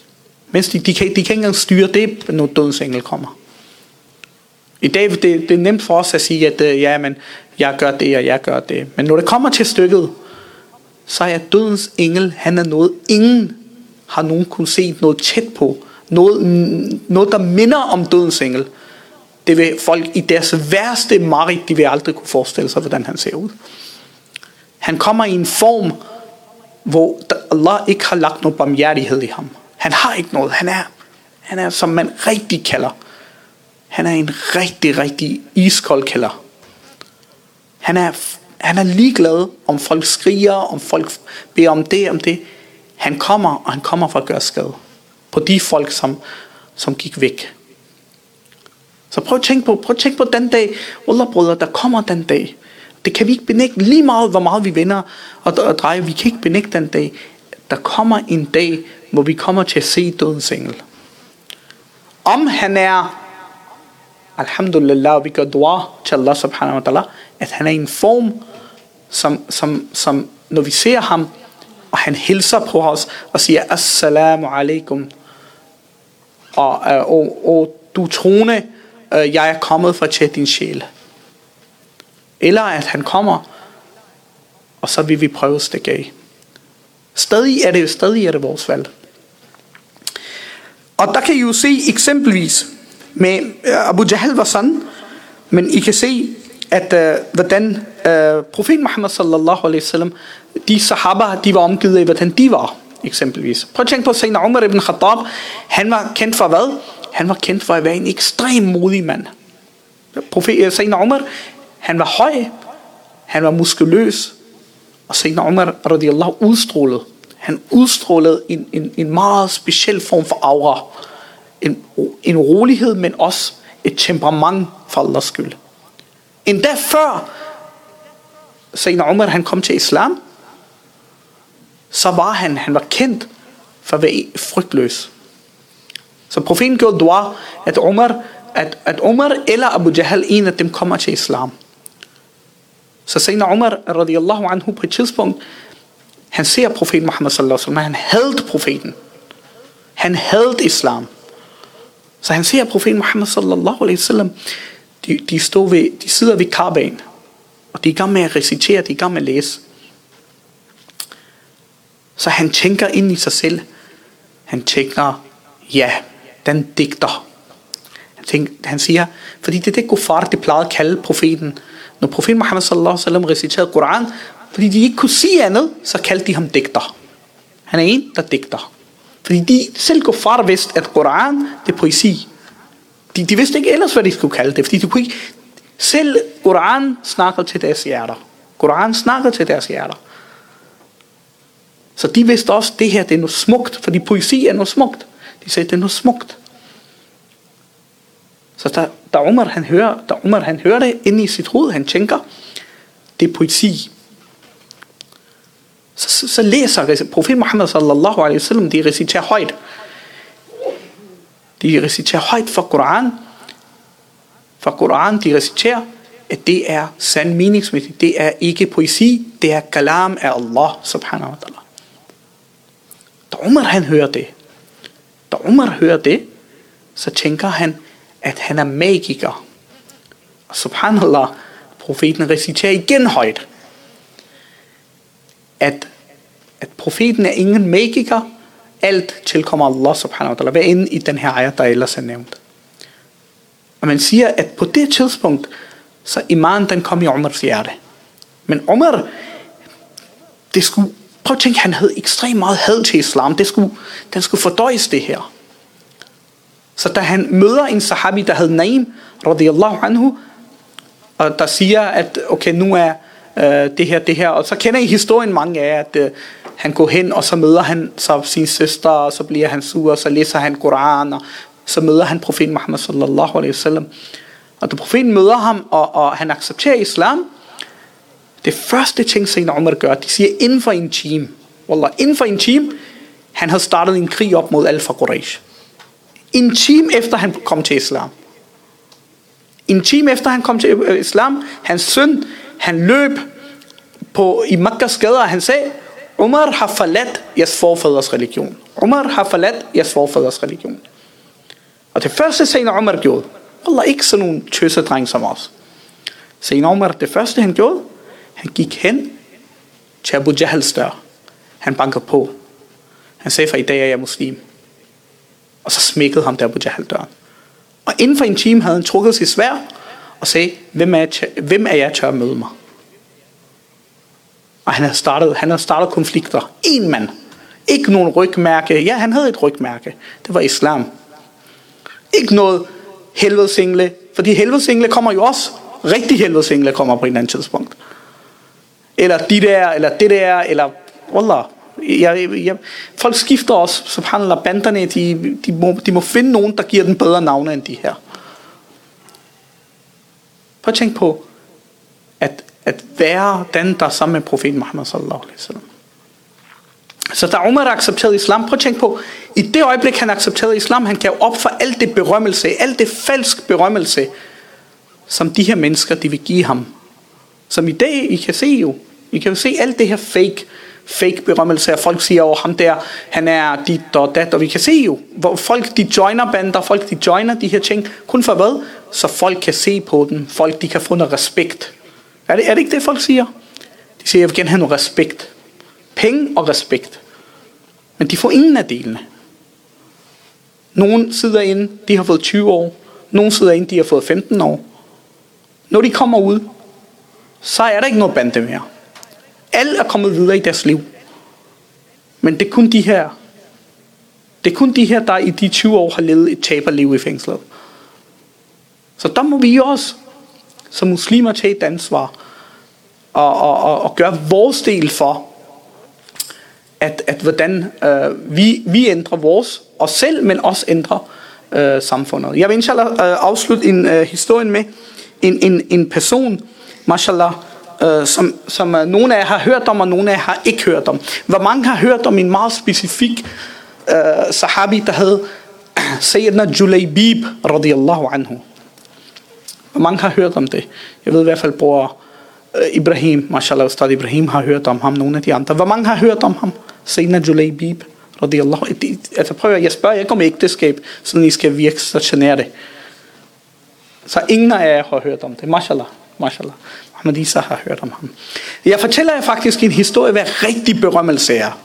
Mens de kan ikke engang styre det, når dødens engel kommer. I dag det er nemt for os at sige, at ja, men jeg gør det, og jeg gør det. Men når det kommer til stykket, så er dødens engel, han er noget, ingen har nogen kunne se noget tæt på. Noget, der minder om dødens engel. Det vil folk i deres værste mareridt, de vil aldrig kunne forestille sig, hvordan han ser ud. Han kommer i en form, hvor Allah ikke har lagt noget barmhjertighed i ham. Han har ikke noget. Han er som man rigtig kalder. Han er en rigtig, rigtig iskold kælder. Han er ligeglad, om folk skriger, om folk beder om det. Han kommer for at gøre skade på de folk, som gik væk. Så prøv at tænke på den dag, Wallah brødre, der kommer den dag. Det kan vi ikke benægte, lige meget hvor meget vi vinder og drejer. Vi kan ikke benægte den dag. Der kommer en dag, hvor vi kommer til at se dødens engel. Om han er, alhamdulillah, vi gør dua til Allah subhanahu wa ta'ala, at han er i en form, som når vi ser ham, og han hilser på os og siger assalamu alaikum, og du troende, jeg er kommet for at tjene din sjæl. Eller at han kommer, og så vil vi prøve at stikke af. Stadig er det vores valg. Og der kan I jo se eksempelvis med Abu Jahl var sådan, men I kan se, at hvordan profeten Muhammad sallallahu alaihi wasallam, de sahaba, de var omgivet af, hvordan de var, eksempelvis. Prøv at tænke på, at Sayyidina Umar ibn Khattab, han var kendt for hvad? Han var kendt for at være en ekstrem modig mand. Sayyidina Umar, han var høj, han var muskuløs, og Sayyidina Umar radiyallahu udstrålede. Han udstrålede en meget speciel form for aura. En rolighed, men også et temperament for Allahs skyld. Endda før Sayyidina Umar han kom til islam, så var han var kendt for at være frygtløs. Så profeten gjorde dua, at Umar eller Abu Jahl, en af dem, kommer til islam. Så Sayyidina Umar radiyallahu anhu på et tidspunkt, han ser profeten Muhammad sallallahu alaihi wasallam, han hadede profeten. Han hadede islam. Så han ser profeten Muhammad sallallahu alaihi wasallam, de sidder ved Kabaen, og de er i gang med at recitere, de er i gang med at læse. Så han tænker ind i sig selv. Han tænker, ja, den digter. Han siger, fordi det er det kuffar, det plejede at kalde profeten. Når profeten Muhammad sallallahu alaihi wasallam reciterede Koran, fordi de ikke kunne sige andet, så kaldte de ham digter. Han er en, der digter. Fordi de selv kuffar vidste, at Koran, det er poesi. De vidste ikke ellers, hvad de skulle kalde det, fordi de kunne ikke. Selv Koran snakker til deres hjerter. Koran snakker til deres hjerter. Så de vidste også, at det her det er noget smukt, fordi poesi er noget smukt. De sagde, det er noget smukt. Så da Umar han hører det inde i sit hoved, han tænker, det er poesi. Så læser profeten Muhammad sallallahu alaihi wasallam, de reciterer højt. De reciterer højt for Koran. For Koran, de reciterer, at det er sand meningsmæssigt. Det er ikke poesi, det er kalam af Allah subhanahu wa ta'ala. Da Umar hører det, så tænker han, at han er magiker. Og subhanallah, profeten reciterer igen højt, at profeten er ingen magiker, alt tilkommer Allah subhanahu wa ta'ala. Hvad end i den her ayat, der ellers er nævnt. Og man siger, at på det tidspunkt, så iman den kom i Umars hjerte. Men Umar, prøv at tænke, han havde ekstremt meget had til islam. Den skulle fordøjes det her. Så da han møder en sahabi, der hed Naim, radiyallahu anhu, og der siger, at okay, nu er det her, og så kender I historien mange af, at han går hen, og så møder han så sin søster, og så bliver han sur, og så læser han Koran, og så møder han profeten Muhammad sallallahu alaihi wasallam. Og da profeten møder ham, og han accepterer islam, det første ting, Sayyidina Umar gør, de siger, inden for en time, han havde startet en krig op mod alle fra Quraysh. En time efter han kom til islam. Hans søn, han løb i Makkas gader, og han sagde, Umar har forladt jeres forfædres religion. Umar har forladt jeres forfædres religion. Og det første Sayyidina Umar gjorde, Allah, ikke sådan nogle tøsedreng som os. Sayyidina Umar, det første han gjorde, han gik hen til Abu Jahals dør. Han bankede på. Han sagde, for i dag er jeg muslim. Og så smækkede ham der Abu Jahal døren. Og inden for en time havde han trukket sit sværd og sagde, hvem er jeg tør at møde mig? Og han havde startet konflikter. En mand. Ikke nogen rygmærke. Ja, han havde et rygmærke. Det var islam. Ikke noget helvedesengle. Fordi helvedesengle kommer jo også. Rigtig helvedesengle kommer på et eller andet tidspunkt. Eller de der, eller det der, eller wallah. Folk skifter også. Subhanallah, banderne, de må finde nogen, der giver den bedre navne end de her. Prøv at tænke på, at være den, der er sammen med profeten Muhammad sallallahu alaihi wasallam. Så da Umar accepterede islam, prøv at tænke på, i det øjeblik han accepterede islam, han gav op for alt det berømmelse, alt det falsk berømmelse, som de her mennesker, de vil give ham. Som i dag, I kan jo se alt det her fake berømmelse, at folk siger, ham der, han er dit og dat, og vi kan se jo, hvor folk de joiner bander, folk de joiner de her ting, kun for hvad? Så folk kan se på dem, folk de kan få noget respekt. Er det ikke det, folk siger? De siger, jeg vil gerne have noget respekt. Penge og respekt. Men de får ingen af delene. Nogle sidder inde, de har fået 20 år. Nogle sidder inde, de har fået 15 år. Når de kommer ud, så er der ikke noget bande mere. Alle er kommet videre i deres liv. Men det er kun de her. Det er kun de her, der i de 20 år har levet et taberliv i fængslet. Så der må vi også som muslimer tage et ansvar og gøre vores del for at hvordan vi ændrer vores os selv, men også ændrer samfundet. Jeg vil inshallah afslutte historien med en person, mashallah, som nogle af jer har hørt om, og nogle af jer har ikke hørt om. Hvor mange har hørt om en meget specifik sahabi, der hed Sayyidina Julaybib radiyallahu anhu? Hvor mange har hørt om det? Jeg ved i hvert fald, bror Ibrahim, mashallah, Ustad Ibrahim har hørt om ham, nogle af de andre. Hvor mange har hørt om ham? Sayyidina Julaybib radiyallahu. Altså prøv at jeg spørger ikke om ægteskab, så I skal virke så genere. Så ingen af jer har hørt om det. Mashallah. Muhammad Isa har hørt om ham. Jeg fortæller jer faktisk en historie, hvad rigtig berømmelse er.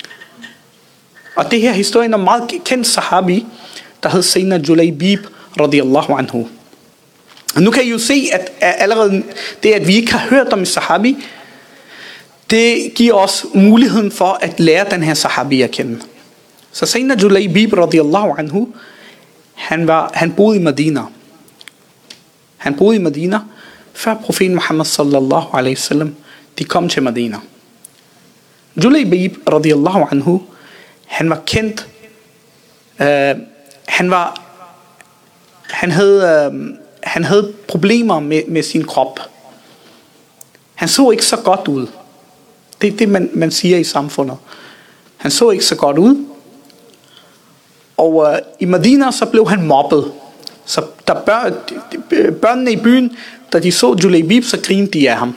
Og det her historien er en meget kendt sahabi, der hed Sayyidina Julaybib radiyallahu anhu. Og nu kan I jo se, at allerede det, at vi ikke har hørt om en sahabi, det giver os muligheden for at lære den her sahabi at kende. Så Sayyidina Julaybib radiyallahu anhu, han boede i Medina. Han boede i Medina, før profeten Muhammad sallallahu alaihi wasallam, de kom til Medina. Julaybib radiyallahu anhu, han var kendt. Han havde problemer med sin krop. Han så ikke så godt ud. Det er det, man siger i samfundet. Han så ikke så godt ud. Og i Medina, så blev han mobbet. Så børnene i byen, da de så Julaybib, så grinede de af ham.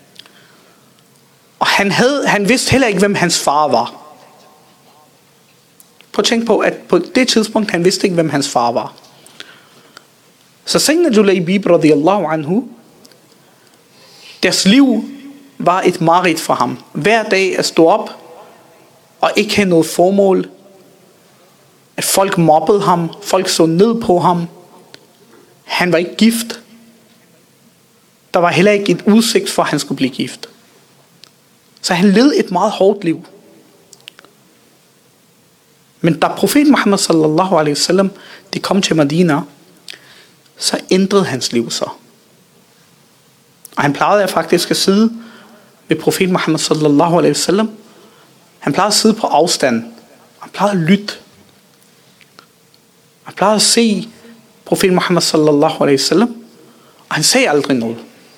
Og han vidste heller ikke, hvem hans far var. Prøv at tænke på, at på det tidspunkt, han vidste ikke, hvem hans far var. Så Sayyidina Julaybib radiyallahu anhu, deres liv var et mareridt for ham. Hver dag at stå op og ikke have noget formål. At folk mobbede ham, folk så ned på ham. Han var ikke gift. Der var heller ikke et udsigt for, at han skulle blive gift. Så han levede et meget hårdt liv. Men da profeten Muhammad sallallahu alaihi wasallam, de kom til Medina, så ændrede hans liv så. Og han plejede faktisk at sidde ved profeten Muhammad sallallahu alaihi wasallam. Han plejede at sidde på afstand. Han plejede at lytte. Han plejede at se profeten Muhammad sallallahu alaihi wasallam. Og han sagde aldrig noget.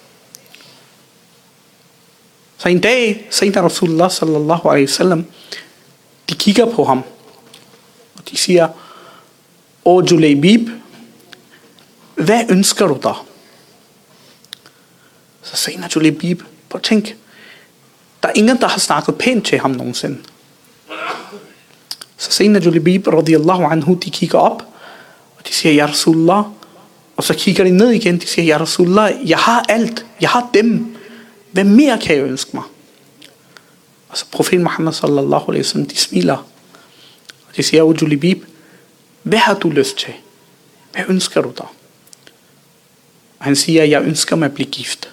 Så en dag, Sayyidina Rasulullah sallallahu alaihi wasallam, de kigger på ham. Og de siger, Åh Julaybib, hvad ønsker du dig? Så Sayyidina Julaybib, prøv at tænk, Der er ingen, der har snakket pænt til ham nogensinde. Så Sayyidina Julebib radiyallahu anhu, de kigger op, og de siger, ja Rasulullah. Og så kigger de ned igen, de siger, ja Rasulullah, jeg har alt, jeg har dem. Hvad mere kan jeg ønske mig? Og så profeten Muhammad sallallahu alaihi wasallam, de smiler. Og de siger, Julebib, hvad har du lyst til? Hvad ønsker du dig? Og han siger, jeg ønsker mig at blive gift.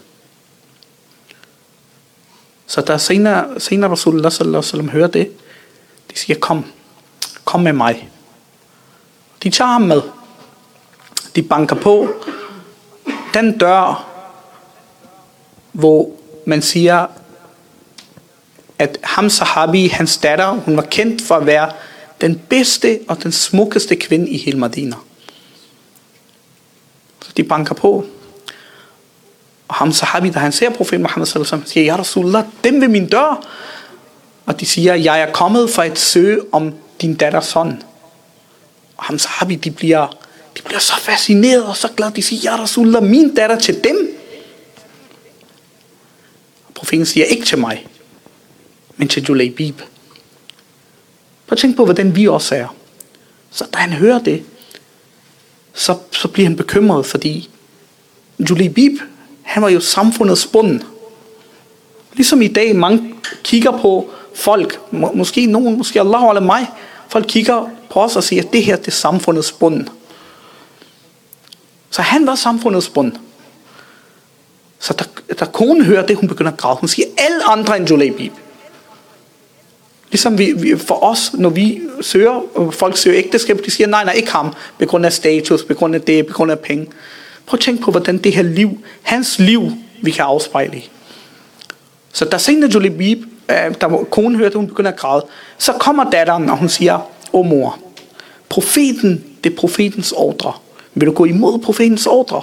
Så da senere Rasulullah sallallahu alaihi wasallam hører det, de siger, kom med mig. De tager ham med. De banker på den dør, hvor man siger, at ham sahabi, hans datter, hun var kendt for at være den bedste og den smukkeste kvinde i hele Medina. Så de banker på. Og ham sahabi, da han ser profeten Muhammad sallallahu alaihi wasallam, siger, ja Rasulullah, dem ved min dør. Og de siger, jeg er kommet for at søge om din datters søn. Og ham sahabi, de bliver så fascineret og så glade. De siger, ja Rasulullah, min datter til dem. Og profeten siger, ikke til mig, men til Julebib. Prøv at tænke på, hvordan vi også er. Så da han hører det, så bliver han bekymret, fordi Julebib, han var jo samfundets bund. Ligesom i dag, mange kigger på folk, måske nogen, måske Allah eller mig, folk kigger på os og siger, at det her det er samfundets bund. Så han var samfundets bund. Så da konen hører det, hun begynder at græde. Hun siger, alle andre end Julebib. Ligesom for os, når vi søger, folk søger ægteskab, de siger, nej, ikke ham, på grund af status, på grund af det, på grund af penge. Prøv at tænke på, hvordan det her liv, hans liv, vi kan afspejle i. Så da Sayyidina Julebib, da konen hørte, hun begynder at græde, så kommer datteren, og hun siger, mor, profeten, det er profetens ordre. Vil du gå imod profetens ordre?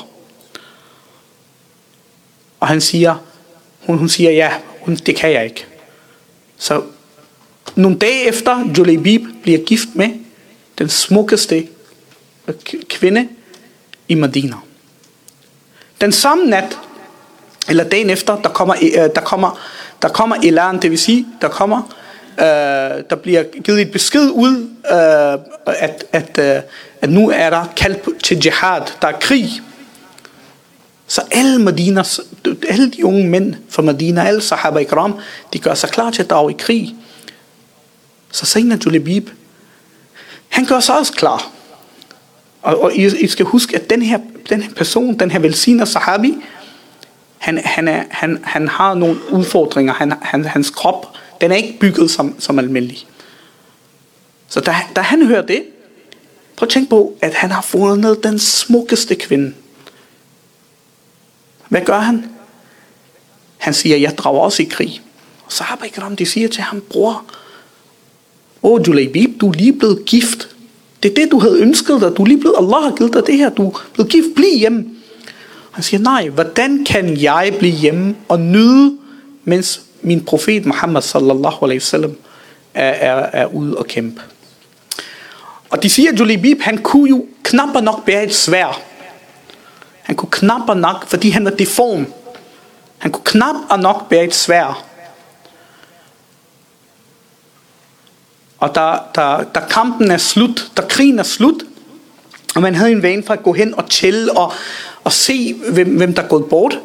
Og han siger, hun siger, ja, det kan jeg ikke. Så nogle dage efter, Julebib bliver gift med den smukkeste kvinde i Medina. Den samme nat, eller dagen efter, der kommer elan, det vil sige, der bliver givet et besked ud, at nu er der kaldt til jihad, der er krig. Så alle de unge mænd fra Medina, alle sahaba ikram, de gør sig klar til at drage i krig. Så Sayyidina Julebib, han gør sig også klar. Og I skal huske, at den her person, den her velsignede sahabi, han har nogle udfordringer. Hans krop, den er ikke bygget som almindelig. Så da han hører det, prøv at tænke på, at han har fundet den smukkeste kvinde. Hvad gør han? Han siger, jeg drager også i krig. Og sahaba ikram, de siger til ham, bror, Julebib, du er lige blevet gift. Det er det, du havde ønsket dig. Du er lige blevet, Allah har givet dig det her. Du er blevet gift, bliv hjemme. Han siger, nej, hvordan kan jeg blive hjemme og nyde, mens min profet Muhammad sallallahu alaihi wasallam er ude og kæmpe. Og de siger, at Julebib, han kunne jo knap nok bære et sværd. Han kunne knap nok, fordi han var deform. Han kunne knap nok bære et sværd. Og da kampen er slut, da krigen er slut, og man havde en vane for at gå hen og tælle og se, hvem der er gået bort.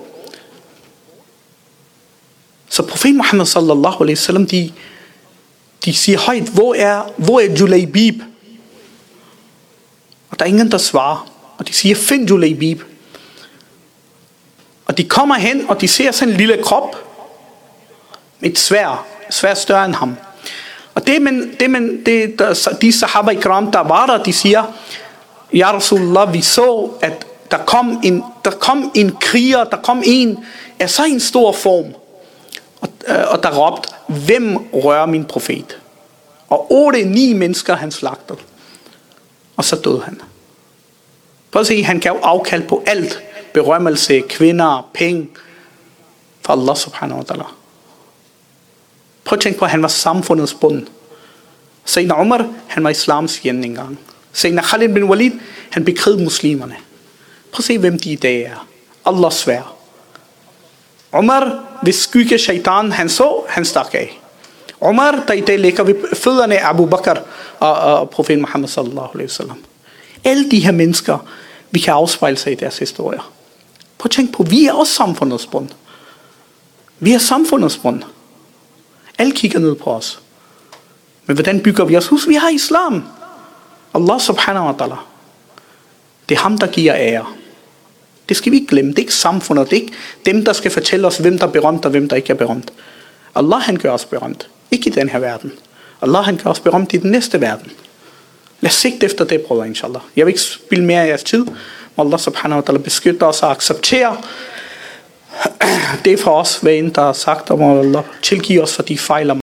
Så profeten Muhammad sallallahu alaihi wasallam, de siger højt, hvor er Julebib? Og der er ingen, der svarer. Og de siger, find Julebib. Og de kommer hen, og de ser sådan en lille krop med et sværd større end ham. Og de sahaba ikram, der var der, de siger, ja Rasulullah, vi så, at der kom en kriger, der kom en af så en stor form, og der råbte, hvem rører min profet? Og 8-9 mennesker han slagtede. Og så døde han. Prøv at se, han gav afkald på alt. Berømmelse, kvinder, penge. For Allah subhanahu wa ta'ala. Prøv at tænke på, at han var samfundets bund. Sayyidina Umar, han var islams fjende engang. Sayyidina Khalid bin Walid, han bekrigede muslimerne. Prøv at se, hvem de i dag er. Allah svær. Umar, hvis skygge shaitan han så, han stak af. Umar, der i dag ligger ved fødderne af Abu Bakr og profet Muhammad sallallahu alaihi wasallam. Alle de her mennesker, vi kan afspejle sig i deres historier. Prøv at tænke på, vi er også samfundets bund. Vi er samfundets bund. Alle kigger ned på os. Men hvordan bygger vi os? Husk, vi har islam. Allah subhanahu wa ta'ala. Det er ham, der giver ære. Det skal vi ikke glemme. Det er ikke samfundet. Det er ikke dem, der skal fortælle os, hvem der er berømt og hvem der ikke er berømt. Allah, han gør os berømt. Ikke i den her verden. Allah, han gør os berømt i den næste verden. Lad os sigte efter det, brødre, inshallah. Jeg vil ikke spille mere af jeres tid. Allah subhanahu wa ta'ala beskytter os og accepterer det for os, hvad end der er sagt om Allah. Tilgiv os for de fejler,